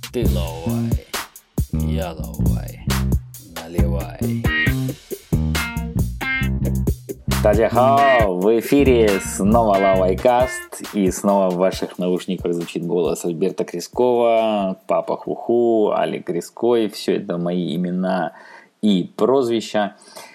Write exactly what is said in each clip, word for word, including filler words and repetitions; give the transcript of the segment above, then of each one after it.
Ты лавай, я лавай, наливай. Тадяхао, в эфире снова Лавайкаст, и снова в ваших наушниках звучит голос Альберта Крискова, Папа Хуху, Алик Криской. Все это мои имена и прозвища.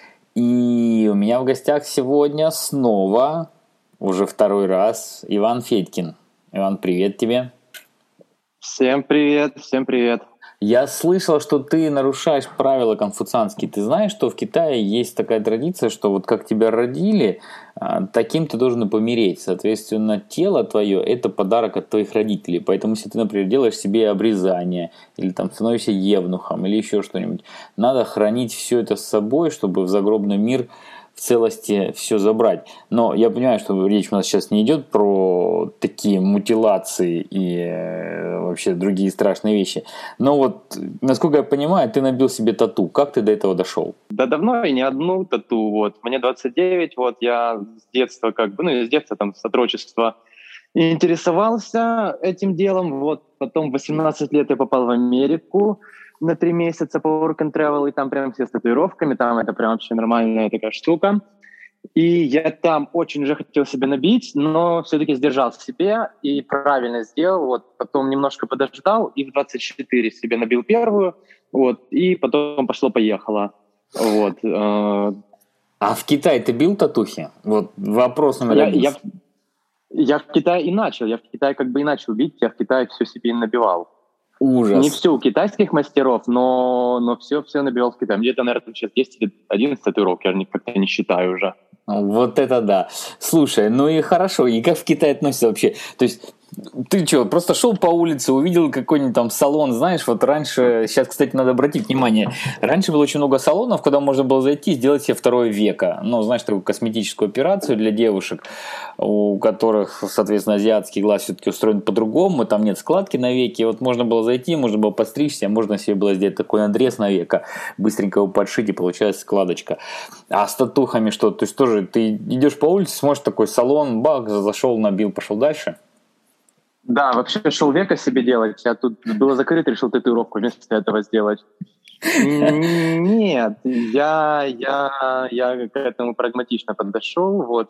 И у меня в гостях сегодня снова, уже второй раз, Иван Федькин. Иван, привет тебе. Всем привет, всем привет. Я слышал, что ты нарушаешь правила конфуцианские. Ты знаешь, что в Китае есть такая традиция, что вот как тебя родили, таким ты должен и помереть. Соответственно, тело твое – это подарок от твоих родителей. Поэтому, если ты, например, делаешь себе обрезание, или там становишься евнухом, или еще что-нибудь, надо хранить все это с собой, чтобы в загробный мир в целости все забрать. Но я понимаю, что речь у нас сейчас не идет про такие мутилации и э, вообще другие страшные вещи. Но вот, насколько я понимаю, ты набил себе тату. Как ты до этого дошел? Да давно и не одну тату. Вот. Мне двадцать девять, вот я с детства как бы, ну с детства там с отрочества интересовался этим делом. Вот. Потом в восемнадцать лет я попал в Америку на три месяца по work and travel, и там прям все с татуировками, там это прям вообще нормальная такая штука. И я там очень уже хотел себе набить, но все-таки сдержал себе и правильно сделал. Вот потом немножко подождал и в двадцать четыре себе набил первую, вот, и потом пошло-поехало. Вот. А в Китае ты бил татухи? Вот вопрос номер я, один. Я, я в Китае и начал, я в Китае как бы и начал бить, я в Китае все себе и набивал. Ужас. Не все у китайских мастеров, но, но все, все набивал в Китае. Где-то, наверное, сейчас десять или одиннадцать татуировок, я как-то не считаю уже. Вот это да. Слушай, ну и хорошо. И как в Китае относятся вообще? То есть ты что, просто шел по улице, увидел какой-нибудь там салон, знаешь, вот раньше, сейчас, кстати, надо обратить внимание, раньше было очень много салонов, куда можно было зайти и сделать себе второе веко, ну, знаешь, такую косметическую операцию для девушек, у которых, соответственно, азиатский глаз все-таки устроен по-другому, там нет складки на веке, вот можно было зайти, можно было подстричься, можно себе было сделать такой надрез на веко, быстренько его подшить, и получается складочка. А с татухами что? То есть тоже ты идешь по улице, смотришь такой салон, бах, зашел, набил, пошел дальше? Да, вообще шел века себе делать, а тут было закрыто, решил татуировку вместо этого сделать. Нет, я, я, я к этому прагматично подошел. Вот,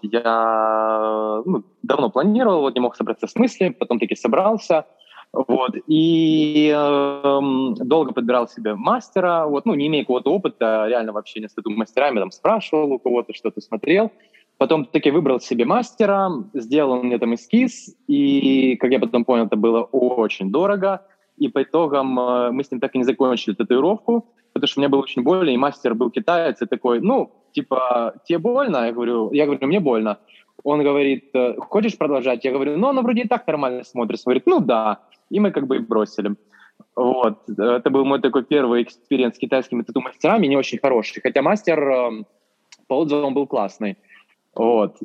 я ну, давно планировал, вот не мог собраться с мыслями, потом таки собрался. Вот, и э, долго подбирал себе мастера, вот, ну, не имея какого-то опыта, реально общения с тату-мастерами, там спрашивал у кого-то, что-то смотрел. Потом таки выбрал себе мастера, сделал мне там эскиз, и, как я потом понял, это было очень дорого. И по итогам э, мы с ним так и не закончили татуировку, потому что мне было очень больно, и мастер был китаец, и такой, ну, типа, тебе больно? Я говорю, я говорю, мне больно. Он говорит, хочешь продолжать? Я говорю, ну, оно вроде и так нормально смотрится. Он говорит, ну, да. И мы как бы и бросили. Вот. Это был мой такой первый экспириенс с китайскими тату-мастерами, не очень хороший. Хотя мастер э, по отзывам был классный. Вот.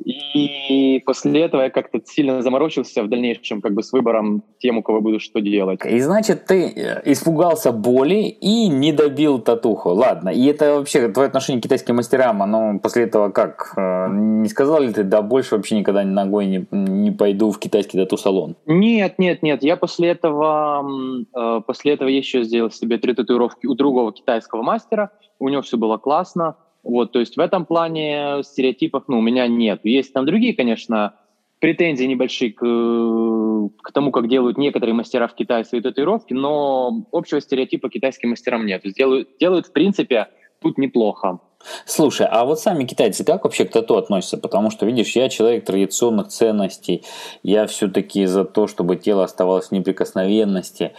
И после этого я как-то сильно заморочился в дальнейшем как бы с выбором тем, у кого буду что делать. И значит, ты испугался боли и не добил татуху. Ладно, и это вообще твое отношение к китайским мастерам, оно после этого как? Не сказал ли ты, да больше вообще никогда ногой не, не пойду в китайский тату-салон? Нет, нет, нет. Я после этого, после этого еще сделал себе три татуировки у другого китайского мастера. У него все было классно. Вот, то есть в этом плане стереотипов, ну, у меня нет. Есть там другие, конечно, претензии небольшие к, к тому, как делают некоторые мастера в Китае свои татуировки, но общего стереотипа китайским мастерам нет. Делают, делают, в принципе, тут неплохо. Слушай, а вот сами китайцы как вообще к тату относятся? Потому что, видишь, я человек традиционных ценностей, я все-таки за то, чтобы тело оставалось в неприкосновенности,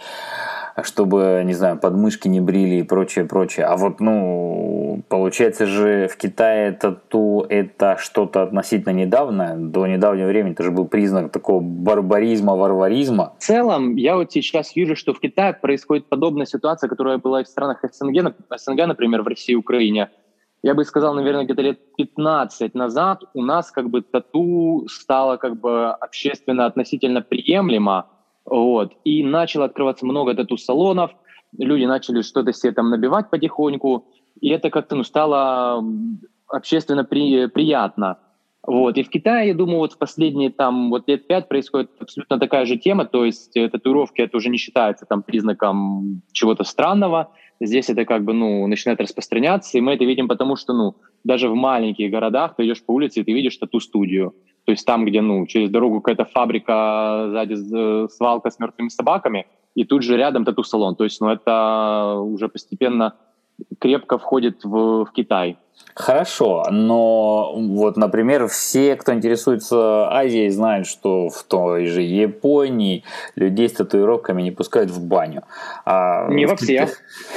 чтобы, не знаю, подмышки не брили и прочее, прочее. А вот, ну, получается же в Китае тату это что-то относительно недавнее, до недавнего времени это же был признак такого барбаризма, варваризма. В целом, я вот сейчас вижу, что в Китае происходит подобная ситуация, которая была и в странах СНГ, СНГ, например, в России и Украине. Я бы сказал, наверное, где-то лет пятнадцать назад у нас как бы тату стало как бы общественно относительно приемлемо. Вот. И начало открываться много тату-салонов, люди начали что-то себе там набивать потихоньку, и это как-то ну, стало общественно при, приятно. Вот. И в Китае, я думаю, вот в последние там вот лет пять происходит абсолютно такая же тема, то есть э, татуировки это уже не считается там признаком чего-то странного, здесь это как бы, ну, начинает распространяться, и мы это видим потому, что, ну, даже в маленьких городах ты идешь по улице, и ты видишь тату-студию, то есть там, где, ну, через дорогу какая-то фабрика, сзади э, свалка с мертвыми собаками, и тут же рядом тату-салон, то есть, ну, это уже постепенно крепко входит в, в Китай. Хорошо, но вот, например, все, кто интересуется Азией, знают, что в той же Японии людей с татуировками не пускают в баню. А не во всех.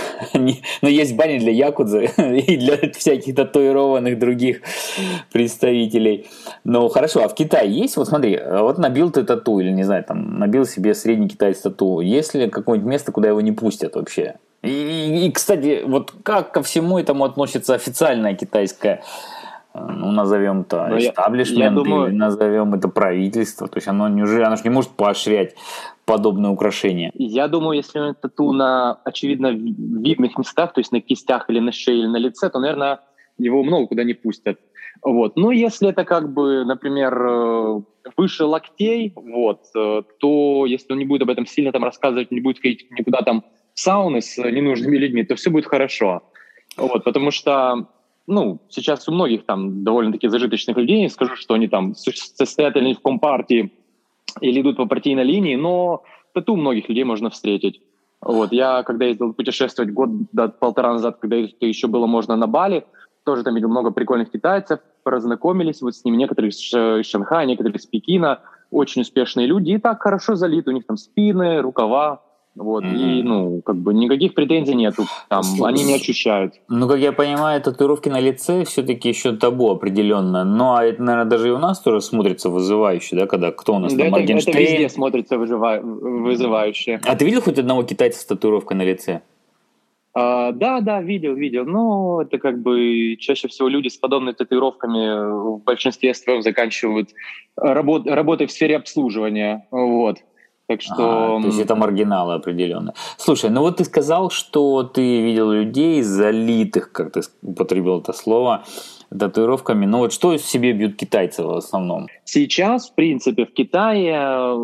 Но есть бани для якудзы и для всяких татуированных других представителей. Ну, хорошо, а в Китае есть? Вот смотри, вот набил ты тату, или, не знаю, там, набил себе средний китаец тату. Есть ли какое-нибудь место, куда его не пустят вообще? И, и, и, кстати, вот как ко всему этому относится официальная китайская, ну, назовем это эстаблишмент, или назовем это правительство, то есть оно, неужели, оно же не может поощрять подобные украшения? Я думаю, если у тату на, очевидно, видных местах, то есть на кистях или на шее, или на лице, то, наверное, его много куда не пустят. Вот. Но если это как бы, например, выше локтей, вот, то если он не будет об этом сильно там рассказывать, не будет ходить никуда там в сауны с ненужными людьми, то все будет хорошо. Вот, потому что, ну, сейчас у многих там довольно-таки зажиточных людей, не скажу, что они там состоят или в компартии, или идут по партийной линии, но тату у многих людей можно встретить. Вот, я, когда ездил путешествовать год, да, полтора назад, когда это еще было можно на Бали, тоже там видел много прикольных китайцев, познакомились вот с ними, некоторые из Шанхая, некоторые из Пекина, очень успешные люди, и так хорошо залиты, у них там спины, рукава, вот, mm-hmm. и, ну, как бы никаких претензий нету, там, Слушай, они не ощущают. Ну, как я понимаю, татуировки на лице все-таки еще табу определенно, но это, наверное, даже и у нас тоже смотрится вызывающе, да, когда кто у нас да там, это, Моргенштерн. Это везде смотрится выжива... вызывающе. А ты видел хоть одного китайца с татуировкой на лице? Uh, да, да, видел, видел. Но это как бы чаще всего люди с подобными татуировками в большинстве своем заканчивают работ, работой в сфере обслуживания. Вот. Так что... А, то есть это маргиналы определенно. Слушай, ну вот ты сказал, что ты видел людей залитых, как ты употребил это слово, татуировками. Но вот что из себе бьют китайцы в основном? Сейчас, в принципе, в Китае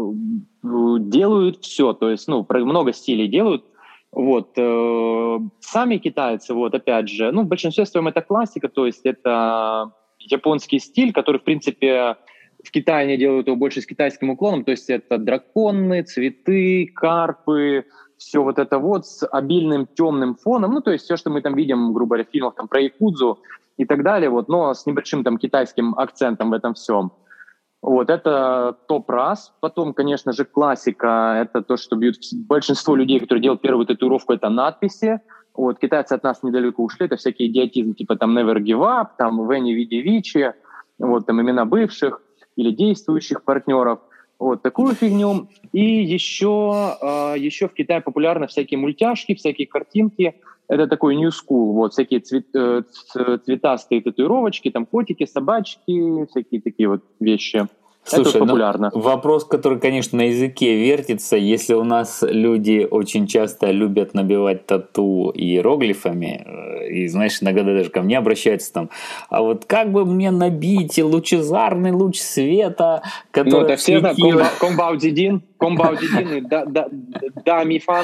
делают все. То есть, ну, много стилей делают. Вот. Сами китайцы, вот опять же, ну, в большинстве своем это классика, то есть это японский стиль, который, в принципе, в Китае они делают его больше с китайским уклоном, то есть это драконы, цветы, карпы, все вот это вот с обильным темным фоном, ну, то есть все, что мы там видим, грубо говоря, в фильмах там, про якудзу и так далее, вот, но с небольшим там китайским акцентом в этом всем. Вот, это топ-раз. Потом, конечно же, классика, это то, что бьют большинство людей, которые делают первую татуировку, это надписи. Вот, китайцы от нас недалеко ушли, это всякие идиотизмы, типа там never give up, там Венни Види Вичи, вот, там имена бывших или действующих партнеров. Вот, такую фигню. И еще, э, еще в Китае популярны всякие мультяшки, всякие картинки. Это такой new school, вот, всякие цвет, э, цветастые татуировочки, там котики, собачки, всякие такие вот вещи. Слушай, это популярно. Ну, вопрос, который, конечно, на языке вертится. Если у нас люди очень часто любят набивать тату иероглифами, и, знаешь, иногда даже ко мне обращаются там, а вот как бы мне набить лучезарный луч света, который... Ну, это все, да, комбаудидин, комбаудидин и да мифан.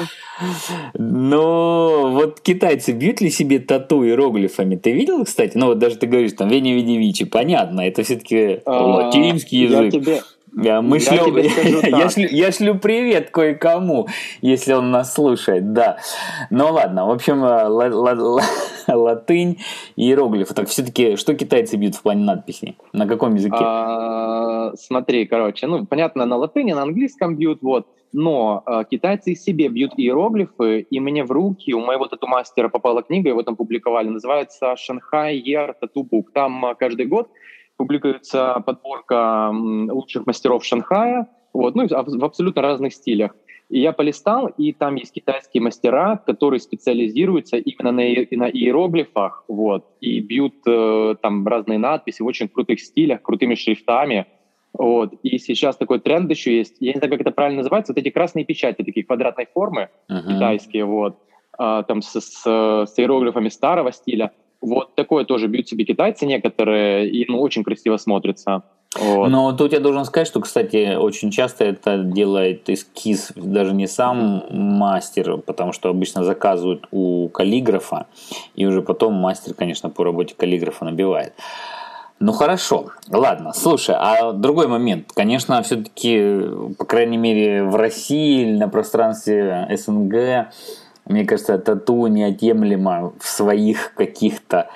Ну, вот китайцы бьют ли себе тату иероглифами? Ты видел, кстати? Ну, вот даже ты говоришь, там, Вени Види Вичи, понятно, это все-таки латинский язык. Тебе, я, мы я, шлю, тебе скажу я, я, шлю, я шлю привет кое-кому, если он нас слушает, да. Ну ладно, в общем, ла, ла, ла, латынь и иероглифы. Так все-таки, что китайцы бьют в плане надписей? На каком языке? А, смотри, короче, ну, понятно, на латыни, на английском бьют, вот. Но а, китайцы себе бьют иероглифы, и мне в руки у моего тату-мастера попала книга, его там публиковали, называется «Shanghai Year Tattoo Book». Там а, каждый год публикуется подборка лучших мастеров Шанхая, вот, ну, в абсолютно разных стилях. И я полистал, и там есть китайские мастера, которые специализируются именно на, на иероглифах, вот, и бьют э, там разные надписи в очень крутых стилях, крутыми шрифтами. Вот. И сейчас такой тренд еще есть, я не знаю, как это правильно называется, вот эти красные печати, такие квадратной формы, uh-huh. китайские, вот, а, там с, с, с иероглифами старого стиля. Вот такое тоже бьют себе китайцы некоторые, и ну, очень красиво смотрится. Вот. Но тут я должен сказать, что, кстати, очень часто это делает эскиз даже не сам мастер, потому что обычно заказывают у каллиграфа, и уже потом мастер, конечно, по работе каллиграфа набивает. Ну хорошо, ладно, слушай, а другой момент, конечно, все-таки, по крайней мере, в России или на пространстве СНГ, мне кажется, тату неотъемлемо в своих каких-то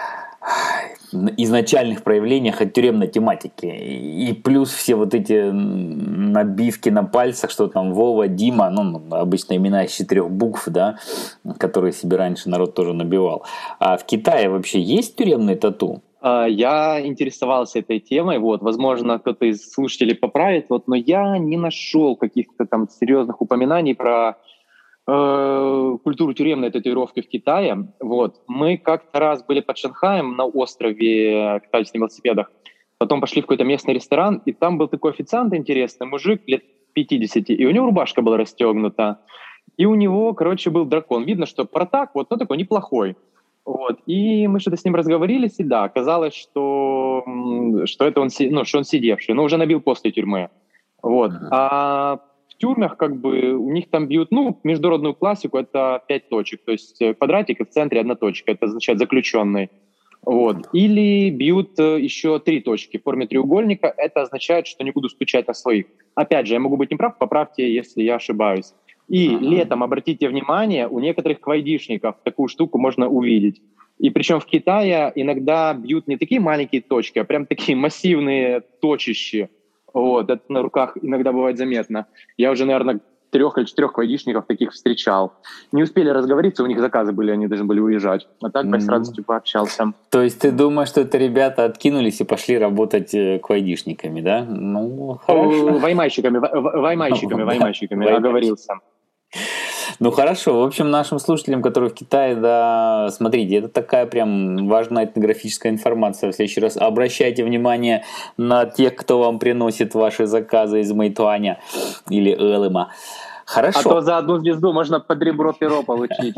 изначальных проявлениях от тюремной тематики. И плюс все вот эти набивки на пальцах, что там Вова, Дима, ну, обычно имена из четырех букв, да, которые себе раньше народ тоже набивал. А в Китае вообще есть тюремные тату? Я интересовался этой темой, вот, возможно, кто-то из слушателей поправит, вот, но я не нашел каких-то там серьезных упоминаний про э, культуру тюремной татуировки в Китае. Вот. Мы как-то раз были под Шанхаем на острове, катались на велосипедах, потом пошли в какой-то местный ресторан, и там был такой официант интересный, мужик лет пятьдесят, и у него рубашка была расстегнута, и у него, короче, был дракон. Видно, что протак, вот, но такой неплохой. Вот. И мы что-то с ним разговорились, и да, оказалось, что, что это он, ну, что он сидевший, но уже набил после тюрьмы. Вот. Uh-huh. А в тюрьмах как бы у них там бьют, ну, международную классику, это пять точек, то есть квадратик и в центре одна точка, это означает заключенный. Вот. Или бьют еще три точки в форме треугольника, это означает, что не буду стучать на своих. Опять же, я могу быть неправ, поправьте, если я ошибаюсь. И uh-huh. летом, обратите внимание, у некоторых квайдишников такую штуку можно увидеть. И причем в Китае иногда бьют не такие маленькие точки, а прям такие массивные точищи. Вот, это на руках иногда бывает заметно. Я уже, наверное, трех или четырех квайдишников таких встречал. Не успели разговориться, у них заказы были, они должны были уезжать. А так mm-hmm. с радостью пообщался. То есть ты думаешь, что это ребята откинулись и пошли работать квайдишниками, да? Ну, хорошо. Ваймайщиками, ваймайщиками, ваймайщиками, оговорился. Ну хорошо, в общем, нашим слушателям, которые в Китае, да, смотрите, это такая прям важная этнографическая информация. В следующий раз обращайте внимание на тех, кто вам приносит ваши заказы из Мэйтуаня или Элэма. Хорошо. А то за одну звезду можно под ребро перо получить.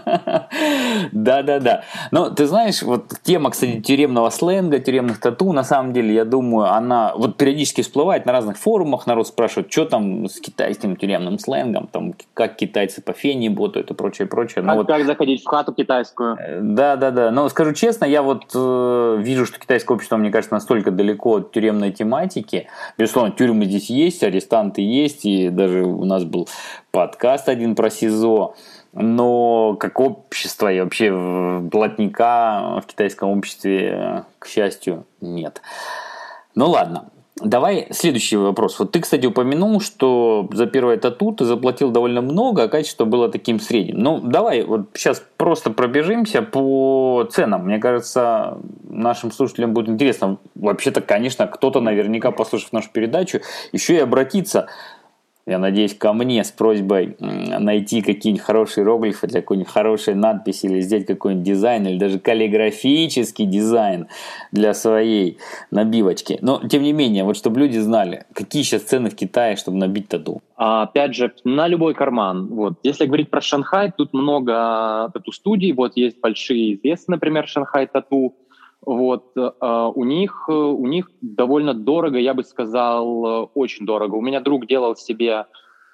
Да-да-да. Но ты знаешь, вот тема, кстати, тюремного сленга, тюремных тату, на самом деле, я думаю, она вот периодически всплывает на разных форумах, народ спрашивает, что там с китайским тюремным сленгом, там, как китайцы по фене ботают и прочее, прочее. А вот, как заходить в хату китайскую? Да-да-да. Но скажу честно, я вот э, вижу, что китайское общество, мне кажется, настолько далеко от тюремной тематики. Безусловно, тюрьмы здесь есть, арестанты есть, и даже у нас был подкаст один про СИЗО, но как общество и вообще блатника в китайском обществе, к счастью, нет. Ну ладно, давай следующий вопрос. Вот ты, кстати, упомянул, что за первое тату ты заплатил довольно много, а качество было таким средним. Ну, давай вот сейчас просто пробежимся по ценам. Мне кажется, нашим слушателям будет интересно. Вообще-то, конечно, кто-то наверняка, послушав нашу передачу, еще и обратится, я надеюсь, ко мне с просьбой найти какие-нибудь хорошие иероглифы для какой-нибудь хорошей надписи или сделать какой-нибудь дизайн, или даже каллиграфический дизайн для своей набивочки. Но, тем не менее, вот чтобы люди знали, какие сейчас цены в Китае, чтобы набить тату. А, опять же, на любой карман. Вот. Если говорить про Шанхай, тут много тату-студий. Вот есть большие известные, например, Шанхай Тату. Вот, uh, у них, у них довольно дорого, я бы сказал, очень дорого. У меня друг делал себе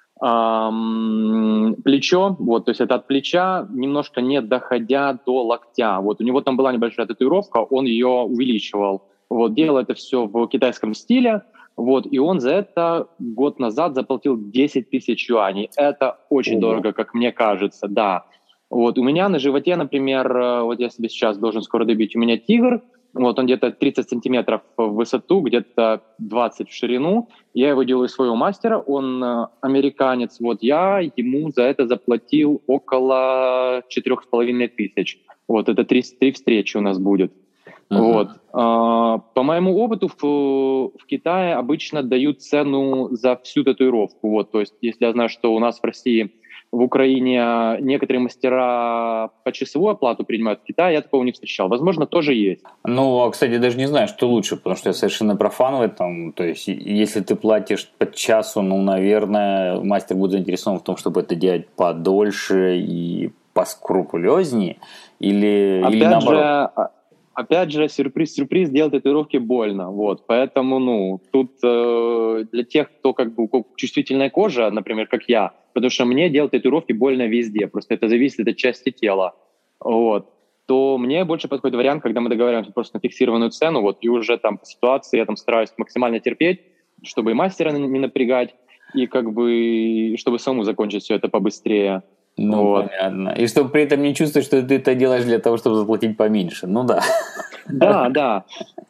um, плечо, вот, то есть это от плеча, немножко не доходя до локтя. Вот, у него там была небольшая татуировка, он ее увеличивал. Вот, делал это все в китайском стиле, вот, и он за это год назад заплатил десять тысяч юаней. Это очень Ого. Дорого, как мне кажется, да. Вот, у меня на животе, например, вот я себе сейчас должен скоро добить, у меня тигр, вот он где-то тридцать сантиметров в высоту, где-то двадцать в ширину. Я его делаю своего мастера, он американец, вот я ему за это заплатил около четырех с половиной тысяч. Вот, это три, три встречи у нас будет. Uh-huh. Вот. По моему опыту в, в Китае обычно дают цену за всю татуировку. Вот, то есть, если я знаю, что у нас в России, в Украине некоторые мастера почасовую оплату принимают, в Китае я такого не встречал. Возможно, тоже есть. Ну, кстати, даже не знаю, что лучше, потому что я совершенно профан в этом. То есть, если ты платишь по часу, ну, наверное, мастер будет заинтересован в том, чтобы это делать подольше и поскрупулезнее или, опять или наоборот? Же, опять же, сюрприз-сюрприз, делать татуировки больно. Вот. Поэтому, ну, тут э, для тех, кто как бы чувствительная кожа, например, как я, потому что мне делать татуировки больно везде, просто это зависит от части тела. Вот. То мне больше подходит вариант, когда мы договариваемся просто на фиксированную цену, вот, и уже там по ситуации я там стараюсь максимально терпеть, чтобы и мастера не напрягать, и как бы, чтобы самому закончить все это побыстрее. Ну, вот. Понятно. И чтобы при этом не чувствовать, что ты это делаешь для того, чтобы заплатить поменьше. Ну да. Да, да.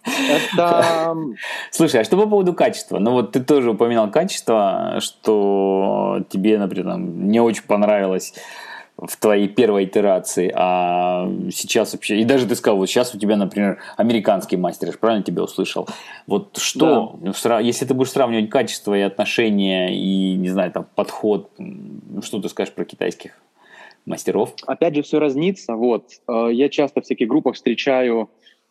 Это... Слушай, а что по поводу качества? Ну вот ты тоже упоминал качество, что тебе, например, там, не очень понравилось в твоей первой итерации, а сейчас вообще, и даже ты сказал, вот сейчас у тебя, например, американский мастер, я же правильно тебя услышал. Вот что, да. Если ты будешь сравнивать качество и отношения, и, не знаю, там, подход, что ты скажешь про китайских мастеров? Опять же, все разнится, вот. Я часто в всяких группах встречаю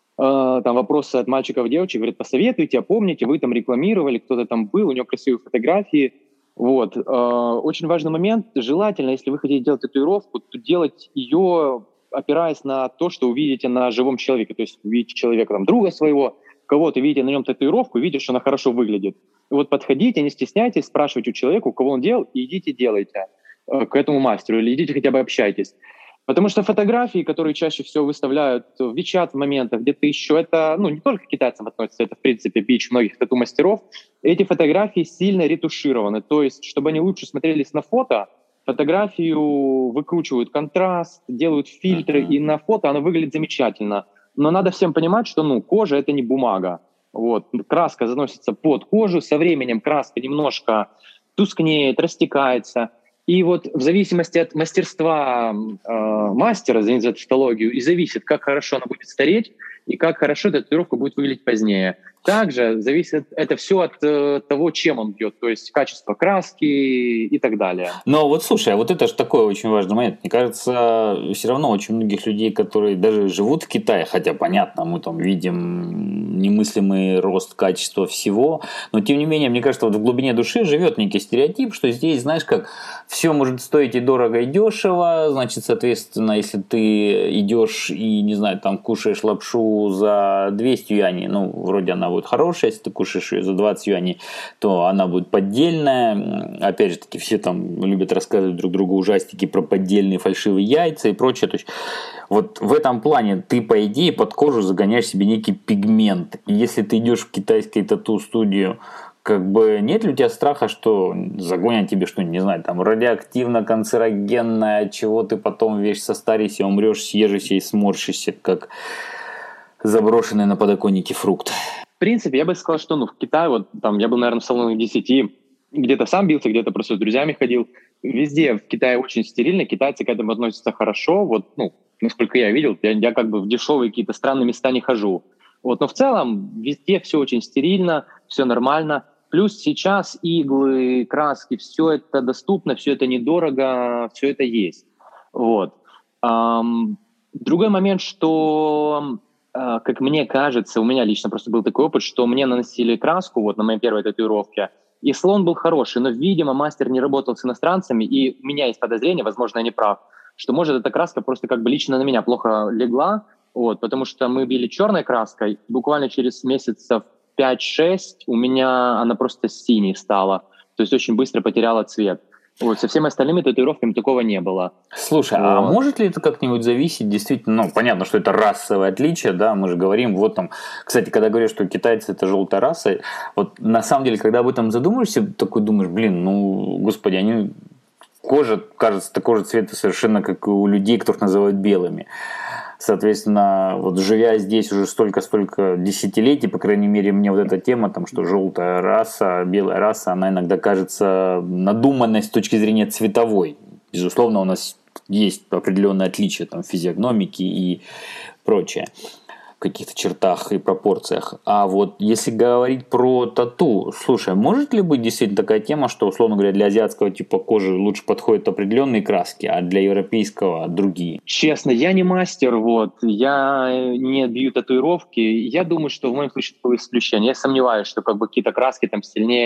там вопросы от мальчиков и девочек, говорят, посоветуйте, а помните, вы там рекламировали, кто-то там был, у него красивые фотографии. Вот. Очень важный момент. Желательно, если вы хотите делать татуировку, то делать ее, опираясь на то, что увидите на живом человеке. То есть увидите человека, там, друга своего, кого-то видите на нем татуировку, видите, что она хорошо выглядит. И вот подходите, не стесняйтесь, спрашивайте у человека, у кого он делал, и идите делайте к этому мастеру, или идите хотя бы общайтесь. Потому что фотографии, которые чаще всего выставляют в WeChat в моментах, где-то еще, это, ну, не только к китайцам относится, это, в принципе, бич многих тату-мастеров, эти фотографии сильно ретушированы. То есть, чтобы они лучше смотрелись на фото, фотографию выкручивают контраст, делают фильтры, uh-huh. и на фото она выглядит замечательно. Но надо всем понимать, что, ну, кожа — это не бумага. Вот. Краска заносится под кожу, со временем краска немножко тускнеет, растекается. И вот в зависимости от мастерства э, мастера, извините за тавтологию, и зависит, как хорошо она будет стареть и как хорошо эта татуировка будет выглядеть позднее. Также зависит это все от э, того, чем он бьет, то есть качество краски и так далее. Но вот слушай, а вот это же такой очень важный момент. Мне кажется, все равно очень многих людей, которые даже живут в Китае, хотя, понятно, мы там видим немыслимый рост качества всего, но тем не менее, мне кажется, вот в глубине души живет некий стереотип, что здесь, знаешь, как все может стоить и дорого, и дешево, значит, соответственно, если ты идешь и, не знаю, там кушаешь лапшу за двести юаней, ну, вроде она будет хорошая, если ты кушаешь ее за двадцать юаней, то она будет поддельная. Опять же таки, все там любят рассказывать друг другу ужастики про поддельные фальшивые яйца и прочее. То есть, вот в этом плане ты, по идее, под кожу загоняешь себе некий пигмент. И если ты идешь в китайскую тату-студию, как бы нет ли у тебя страха, что загонят тебе что-нибудь, не знаю, там радиоактивно-канцерогенное, чего ты потом весь состаришься, умрешь, съежишься и сморщишься, как заброшенный на подоконнике фрукт? В принципе, я бы сказал, что ну, в Китае, вот там я был, наверное, в салонах десяти, где-то сам бился, где-то просто с друзьями ходил. Везде в Китае очень стерильно, китайцы к этому относятся хорошо. Вот, ну, насколько я видел, я, я как бы в дешевые какие-то странные места не хожу. Вот, но в целом везде все очень стерильно, все нормально. Плюс сейчас иглы, краски, все это доступно, все это недорого, все это есть. Вот. Эм, другой момент, что... Как мне кажется, у меня лично просто был такой опыт, что мне наносили краску вот на моей первой татуировке, и салон был хороший, но, видимо, мастер не работал с иностранцами, и у меня есть подозрение, возможно, я не прав, что, может, эта краска просто как бы лично на меня плохо легла, вот, потому что мы били черной краской, буквально через месяцев пять-шесть у меня она просто синей стала, то есть очень быстро потеряла цвет. Вот, со всеми остальными татуировками такого не было. Слушай, вот. А может ли это как-нибудь зависеть действительно? Ну, понятно, что это расовое отличие, да, мы же говорим, вот там, кстати, когда говорят, что китайцы это желтая раса, вот на самом деле, когда об этом задумаешься, такой думаешь, блин, ну, господи, они, кожа, кажется, такого же цвета совершенно, как и у людей, которых называют белыми. Соответственно, вот живя здесь уже столько-столько десятилетий, по крайней мере, мне вот эта тема, там, что желтая раса, белая раса, она иногда кажется надуманной с точки зрения цветовой. Безусловно, у нас есть определенные отличия там, в физиогномике и прочее, в каких-то чертах и пропорциях. А вот если говорить про тату, слушай, может ли быть действительно такая тема, что, условно говоря, для азиатского типа кожи лучше подходят определенные краски, а для европейского другие? Честно, я не мастер, вот, я не бью татуировки. Я думаю, что в моем случае такое исключение. Я сомневаюсь, что как бы какие-то краски там сильнее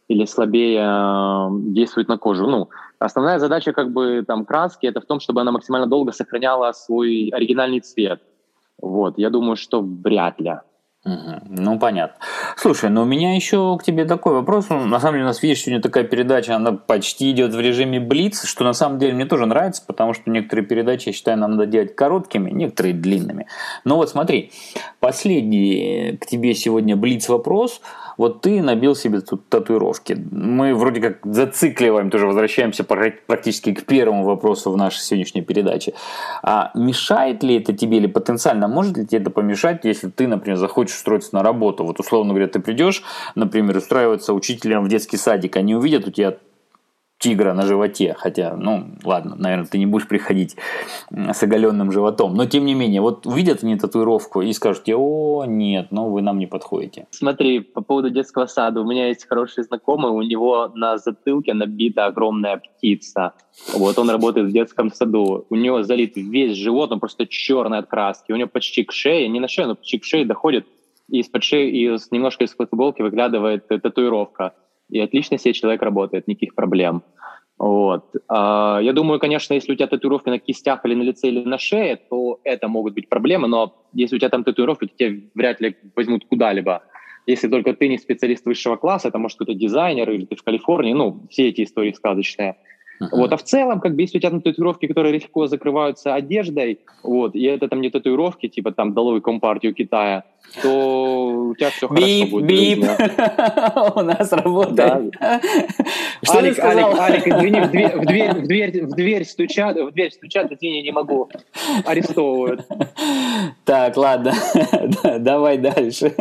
или слабее действует на кожу. Ну, основная задача как бы там краски — это в том, чтобы она максимально долго сохраняла свой оригинальный цвет. Вот, я думаю, что вряд ли. Угу. Ну, понятно. Слушай, но у меня еще к тебе такой вопрос. Ну, на самом деле, у нас, видишь, сегодня такая передача, она почти идет в режиме блиц, что на самом деле мне тоже нравится, потому что некоторые передачи, я считаю, нам надо делать короткими, некоторые длинными. Но вот смотри, последний к тебе сегодня блиц-вопрос. Вот ты набил себе тут татуировки. Мы вроде как зацикливаем, тоже возвращаемся практически к первому вопросу в нашей сегодняшней передаче. А мешает ли это тебе или потенциально может ли тебе это помешать, если ты, например, захочешь устроиться на работу? Вот условно говоря, ты придешь, например, устраиваться учителем в детский садик, они увидят у тебя тигра на животе, хотя, ну, ладно, наверное, ты не будешь приходить с оголенным животом, но тем не менее, вот увидят они татуировку и скажут тебе: о, нет, ну вы нам не подходите. Смотри, по поводу детского сада, у меня есть хороший знакомый, у него на затылке набита огромная птица, вот, он работает в детском саду, у него залит весь живот, он просто черный от краски, у него почти к шее, не на шее, но почти к шее доходит, и из-под шеи, и немножко из-под футболки выглядывает татуировка. И отлично себе человек работает, никаких проблем. Вот. А, я думаю, конечно, если у тебя татуировки на кистях или на лице, или на шее, то это могут быть проблемы, но если у тебя там татуировки, то тебя вряд ли возьмут куда-либо. Если только ты не специалист высшего класса, это может кто-то дизайнер, или ты в Калифорнии, ну, все эти истории сказочные. Uh-huh. Вот. А в целом, как бы, если у тебя там татуировки, которые легко закрываются одеждой, вот, и это там не татуировки, типа там «Долой Компартию Китая», то у тебя все хорошо бип, будет. Бип, у нас работает. Да. Что Алик, ты сказал? Алик, Алик, извини, в дверь, в дверь, в дверь, в дверь стучат, в дверь стучат, извини, не могу, арестовывают. Так, ладно, давай дальше.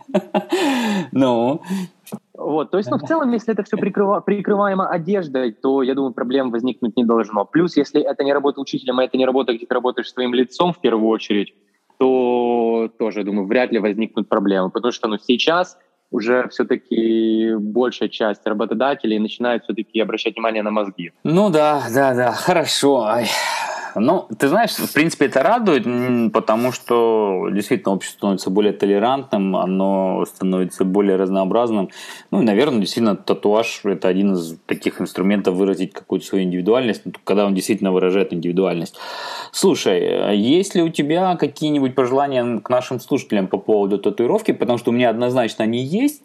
Ну... Вот, то есть, ну, в целом, если это все прикрыва, прикрываемо одеждой, то, я думаю, проблем возникнуть не должно. Плюс, если это не работа учителем, а это не работа, где ты работаешь своим лицом в первую очередь, то тоже, я думаю, вряд ли возникнут проблемы. Потому что, ну, сейчас уже все-таки большая часть работодателей начинает все-таки обращать внимание на мозги. Ну да, да, да, хорошо. Ай. Ну, ты знаешь, в принципе, это радует, потому что действительно общество становится более толерантным, оно становится более разнообразным. Ну, и, наверное, действительно, татуаж – это один из таких инструментов выразить какую-то свою индивидуальность, когда он действительно выражает индивидуальность. Слушай, есть ли у тебя какие-нибудь пожелания к нашим слушателям по поводу татуировки? Потому что у меня однозначно они есть,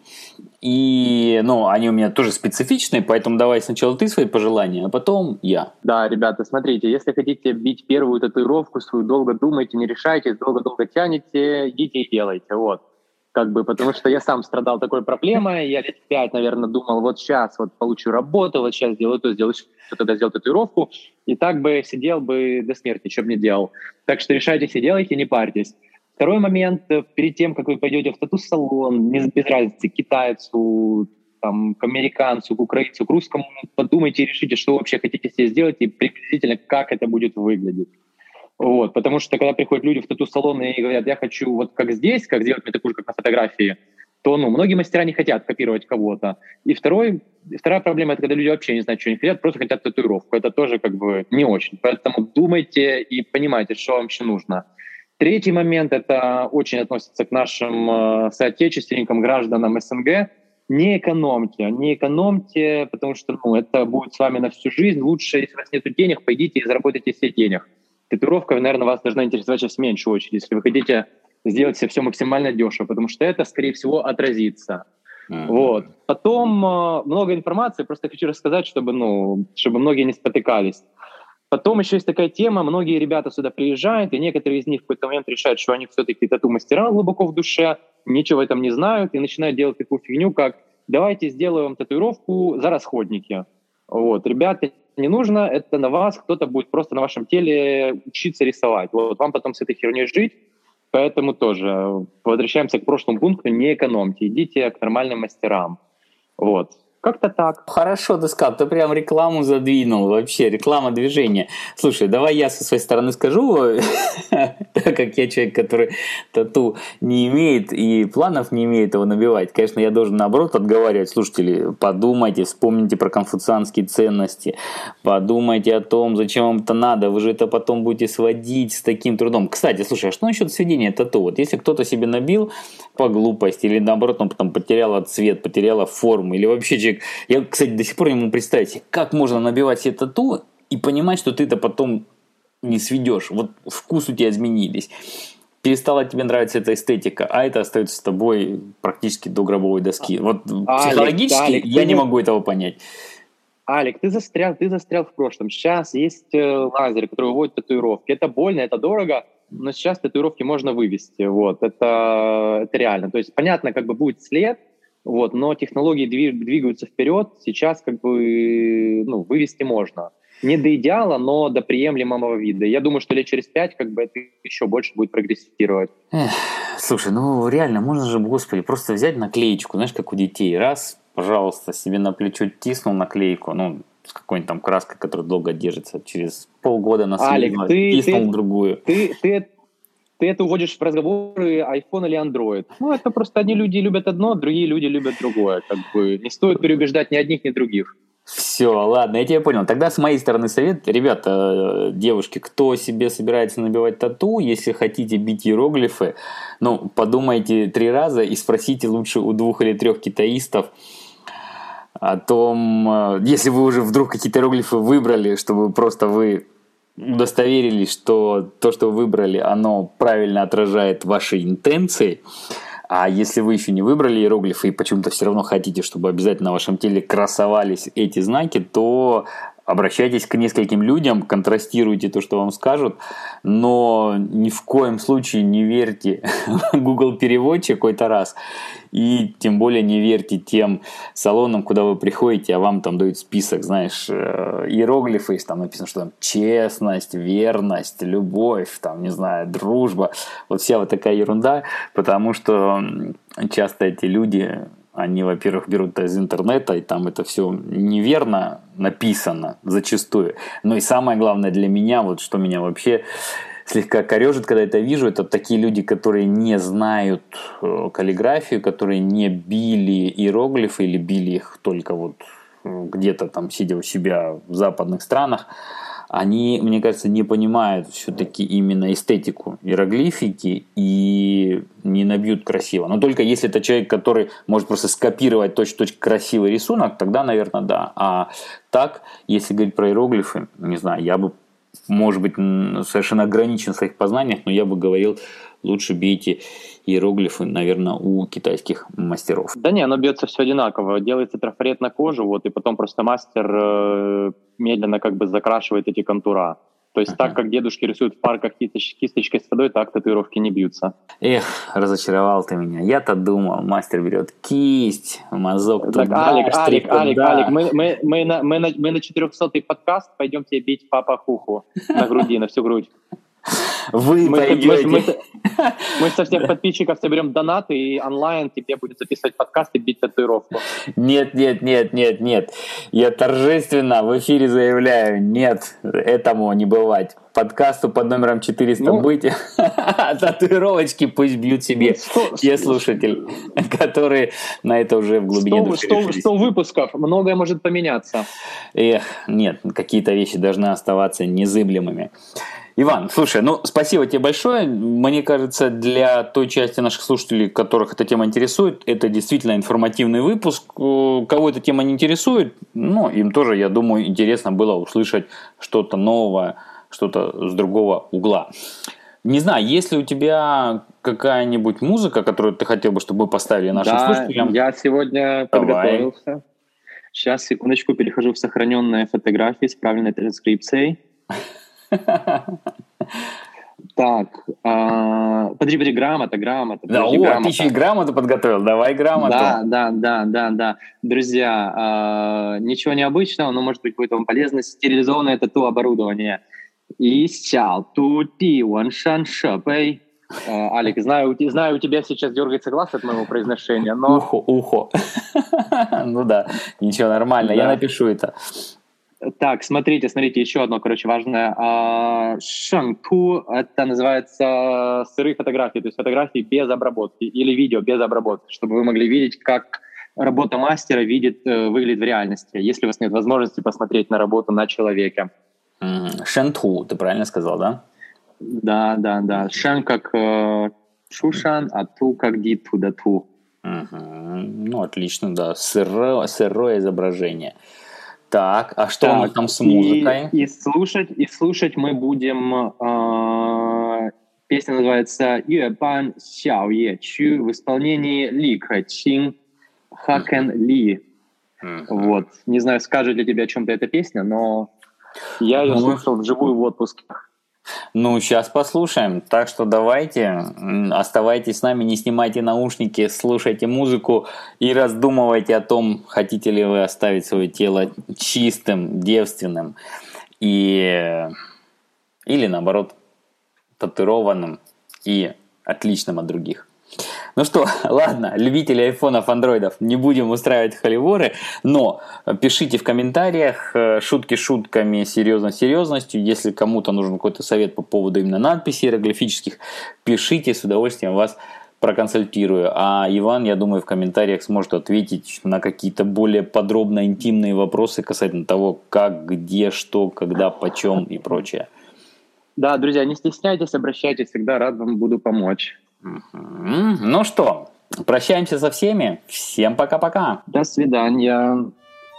и, ну, они у меня тоже специфичные, поэтому давай сначала ты свои пожелания, а потом я. Да, ребята, смотрите, если хотите бить первую татуировку свою, долго думайте, не решайте, долго-долго тянете, идите и делайте, вот. Как бы, потому что я сам страдал такой проблемой, я лет пять, наверное, думал, вот сейчас вот получу работу, вот сейчас сделаю то, сделаю что, тогда сделаю татуировку, и так бы сидел бы до смерти, что бы не делал. Так что решайтесь и делайте, не парьтесь. Второй момент, перед тем, как вы пойдете в тату-салон, без разницы, к китайцу, там, к американцу, к украинцу, к русскому, подумайте и решите, что вы вообще хотите себе сделать и приблизительно, как это будет выглядеть. Вот, потому что, когда приходят люди в тату-салон и говорят, я хочу вот как здесь, как сделать мне такую же, как на фотографии, то, ну, многие мастера не хотят копировать кого-то. И второй, вторая проблема — это когда люди вообще не знают, что они хотят, просто хотят татуировку. Это тоже как бы не очень. Поэтому думайте и понимайте, что вам вообще нужно. Третий момент — это очень относится к нашим э, соотечественникам, гражданам СНГ. Не экономьте, не экономьте, потому что, ну, это будет с вами на всю жизнь. Лучше, если у вас нет денег, пойдите и заработайте себе денег. Татуировка, наверное, вас должна интересовать сейчас в меньшую очередь, если вы хотите сделать себе все максимально дешево, потому что это, скорее всего, отразится. Mm-hmm. Вот. Потом э, много информации, просто хочу рассказать, чтобы, ну, чтобы многие не спотыкались. Потом еще есть такая тема, многие ребята сюда приезжают, и некоторые из них в какой-то момент решают, что они все-таки тату-мастера глубоко в душе, ничего в этом не знают, и начинают делать такую фигню, как «давайте сделаем татуировку за расходники». Вот. Ребята, не нужно, это на вас, кто-то будет просто на вашем теле учиться рисовать. Вот. Вам потом с этой херней жить, поэтому тоже возвращаемся к прошлому пункту, не экономьте, идите к нормальным мастерам. Вот. Как-то так. Хорошо ты сказал, ты прям рекламу задвинул, вообще, реклама движения. Слушай, давай я со своей стороны скажу, так как я человек, который тату не имеет и планов не имеет его набивать. Конечно, я должен, наоборот, отговаривать слушателей. Подумайте, вспомните про конфуцианские ценности, подумайте о том, зачем вам это надо, вы же это потом будете сводить с таким трудом. Кстати, слушай, а что насчет сведения тату? Вот если кто-то себе набил по глупости, или наоборот, он потом потерял цвет, потеряла форму, или вообще человек человек... Я, кстати, до сих пор не могу представить себе, как можно набивать себе тату и понимать, что ты это потом не сведешь. Вот вкус у тебя изменились. Перестала тебе нравиться эта эстетика, а это остается с тобой практически до гробовой доски. Вот Алик, психологически Алик, я не ты... могу этого понять. Алик, ты застрял, ты застрял в прошлом. Сейчас есть лазеры, которые выводят татуировки. Это больно, это дорого, но сейчас татуировки можно вывести. Вот. Это, это реально. То есть, понятно, как бы будет след, вот, но технологии двигаются вперед. Сейчас как бы ну, вывести можно. Не до идеала, но до приемлемого вида. Я думаю, что лет через пять как бы это еще больше будет прогрессировать. Эх, слушай, ну реально, можно же, господи, просто взять наклеечку, знаешь, как у детей. Раз, пожалуйста, себе на плечо тиснул наклейку, ну, с какой-нибудь там краской, которая долго держится. Через полгода на Алик, ты, тиснул ты, другую. Ты, ты, ты это уводишь в разговоры iPhone или Android. Ну, это просто одни люди любят одно, другие люди любят другое. Как бы не стоит переубеждать ни одних, ни других. Все, ладно, я тебя понял. Тогда с моей стороны совет, ребята, девушки, кто себе собирается набивать тату, если хотите бить иероглифы, ну, подумайте три раза и спросите лучше у двух или трех китаистов о том, если вы уже вдруг какие-то иероглифы выбрали, чтобы просто вы удостоверились, что то, что вы выбрали, оно правильно отражает ваши интенции. А если вы еще не выбрали иероглифы и почему-то все равно хотите, чтобы обязательно на вашем теле красовались эти знаки, то обращайтесь к нескольким людям, контрастируйте то, что вам скажут, но ни в коем случае не верьте Google переводчику, это раз. И тем более не верьте тем салонам, куда вы приходите, а вам там дают список, знаешь, иероглифы, там написано, что там честность, верность, любовь, там, не знаю, дружба. Вот вся вот такая ерунда, потому что часто эти люди, они, во-первых, берут это из интернета, и там это все неверно написано зачастую. Но и самое главное для меня, вот что меня вообще слегка корежит, когда это вижу, это такие люди, которые не знают каллиграфию, которые не били иероглифы или били их только вот где-то там, сидя у себя в западных странах. Они, мне кажется, не понимают все-таки именно эстетику иероглифики и не набьют красиво. Но только если это человек, который может просто скопировать точно-точно красивый рисунок, тогда, наверное, да. А так, если говорить про иероглифы, не знаю, я бы, может быть, совершенно ограничен в своих познаниях, но я бы говорил, лучше бейте иероглифы, наверное, у китайских мастеров. Да не, оно бьется все одинаково. Делается трафарет на кожу, вот, и потом просто мастер э, медленно как бы закрашивает эти контура. То есть uh-huh. так, как дедушки рисуют в парках кисточ- кисточкой с водой, так татуировки не бьются. Эх, разочаровал ты меня. Я-то думал, мастер берет кисть, мазок так, туда, Алик, штрих Алик, Алик, туда. Алик, мы, мы, мы, на, мы, на, мы на четырехсотый подкаст пойдем тебе бить папа хуху на груди, на всю грудь. Вы мы, пойдете. Мы, мы, мы со всех подписчиков соберем донаты, и онлайн тебе будет записывать подкаст и бить татуировку. Нет, нет, нет, нет, нет. Я торжественно в эфире заявляю, нет, этому не бывать. Подкасту под номером четыреста ну, быть, а татуировочки пусть бьют себе сто, те слушатели, которые на это уже в глубине души решились. сто выпусков, многое может поменяться. Эх, нет, какие-то вещи должны оставаться незыблемыми. Иван, слушай, ну спасибо тебе большое. Мне кажется, для той части наших слушателей, которых эта тема интересует, это действительно информативный выпуск. Кого эта тема не интересует, ну, им тоже, я думаю, интересно было услышать что-то новое, что-то с другого угла. Не знаю, есть ли у тебя какая-нибудь музыка, которую ты хотел бы, чтобы мы поставили нашим да, слушателям? Я сегодня Давай. подготовился. Сейчас, секундочку, перехожу в сохраненные фотографии с правильной транскрипцией. Так, а, подожди, подожди, грамота, грамота. Да, подожди, о, грамота. ты еще и грамоту подготовил, давай грамоту. Да, да, да, да, да. Друзья, а, ничего необычного, но может быть будет вам полезно. Стерилизованное тату-оборудование. И сял ту ти ван шан шэпэй. Алик, знаю, знаю, у тебя сейчас дергается глаз от моего произношения, но... Ухо, ухо. Ну да, ничего, нормально, я напишу это. Так, смотрите, смотрите, еще одно, короче, важное. Шанту, это называется сырые фотографии, то есть фотографии без обработки или видео без обработки, чтобы вы могли видеть, как работа мастера видит, выглядит в реальности, если у вас нет возможности посмотреть на работу на человеке. Шанту, ты правильно сказал, да? Да, да, да. Шан как э, шушан, а ту как ди ту да ту. Угу. Ну, отлично, да. Сырое, сырое изображение. Так, а что так, у них там с музыкой? И, и, слушать, и слушать мы будем... Э, песня называется «Юэбан Сяо Е Чу» в исполнении Ли Кэчин, Хакен Ли. Uh-huh. Вот. Не знаю, скажет ли тебе о чем-то эта песня, но я ее uh-huh. слушал вживую в отпуске. Ну, сейчас послушаем. Так что давайте, оставайтесь с нами, не снимайте наушники, слушайте музыку и раздумывайте о том, хотите ли вы оставить свое тело чистым, девственным и... или наоборот татуированным и отличным от других. Ну что, ладно, любители айфонов, андроидов, не будем устраивать холиворы, но пишите в комментариях шутки шутками, серьезно серьезностью. Если кому-то нужен какой-то совет по поводу именно надписей иероглифических, пишите, с удовольствием вас проконсультирую. А Иван, я думаю, в комментариях сможет ответить на какие-то более подробно интимные вопросы касательно того, как, где, что, когда, почем и прочее. Да, друзья, не стесняйтесь, обращайтесь, всегда рад вам буду помочь. Ну что, прощаемся со всеми. Всем пока-пока. До свидания.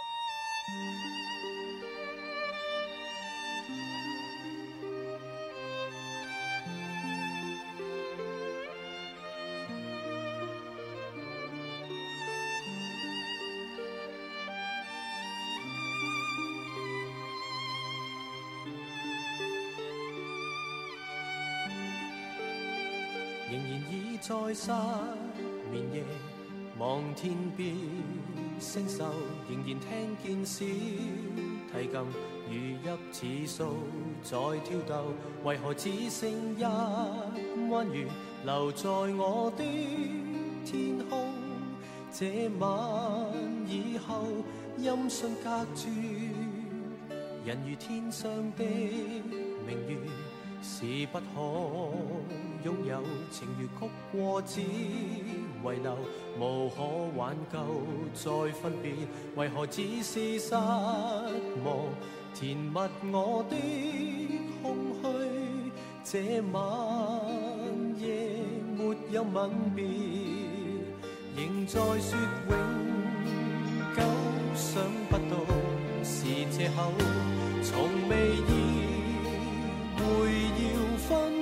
仍然倚在失眠夜，望天邊星宿，仍然聽見小提琴如泣似訴在跳動，為何只剩一彎月留在我的天空？這晚以後，音訊隔絕，人如天上的明月，是不可擁有，情如曲過只遺留，無可挽救再分別，為何只是失望填密我的空虛？這晚夜沒有吻別，仍在說永久，想不到是藉口，從未意會要分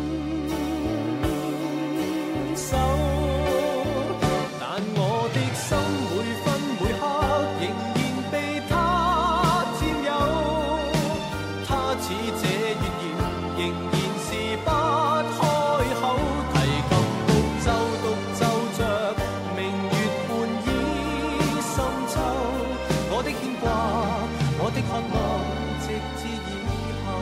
手，但我的心每分每刻仍然被他佔有，他似這月兒仍然是不開口，提琴獨奏獨奏着明月半倚深秋，我的牽掛我的渴望直至以後。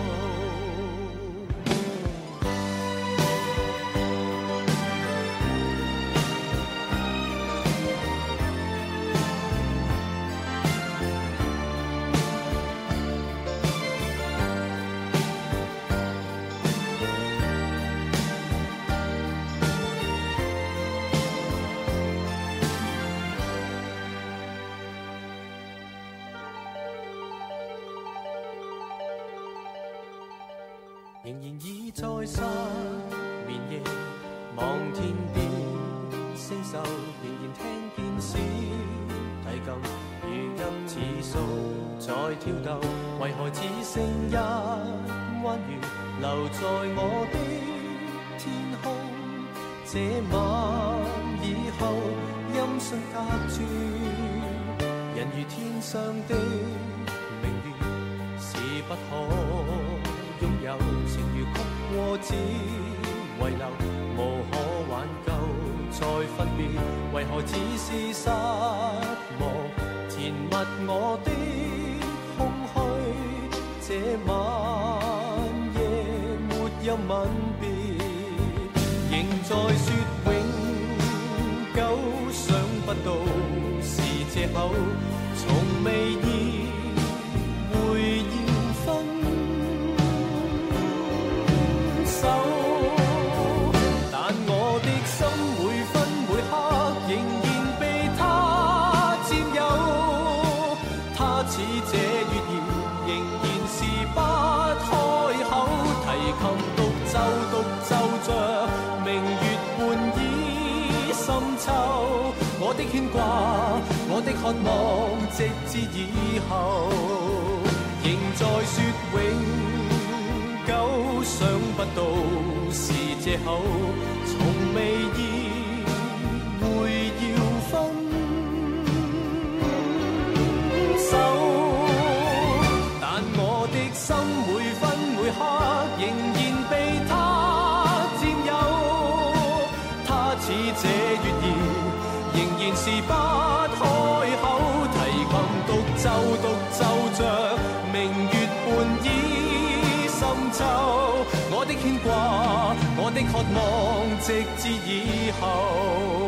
仍然倚在失眠夜，望天邊星宿，仍然聽見小提琴如泣似訴在跳動，為何只剩一彎月留在我的天空？這晚以後，音訊隔絕，人如天上的明月，是不可擁有，情如曲過只遺留，無可挽救再分別，為何只是失望填密我的空虛？這晚夜沒有吻別，仍在說永久，想不到是藉口，從未意會要分手，但我的心每分每刻仍然被他佔有，他似這月兒仍然是不開口，提琴獨奏獨奏着明月半倚深秋。 我的牽掛，我的渴望，直至以後，仍在說永久，想不到是藉口，從未意會要分手，但我的心每分每刻仍然被他佔有，他似這月兒仍然是不開口，提琴獨奏獨奏着明月半倚深秋，我的牽掛，我的渴望，直至以後。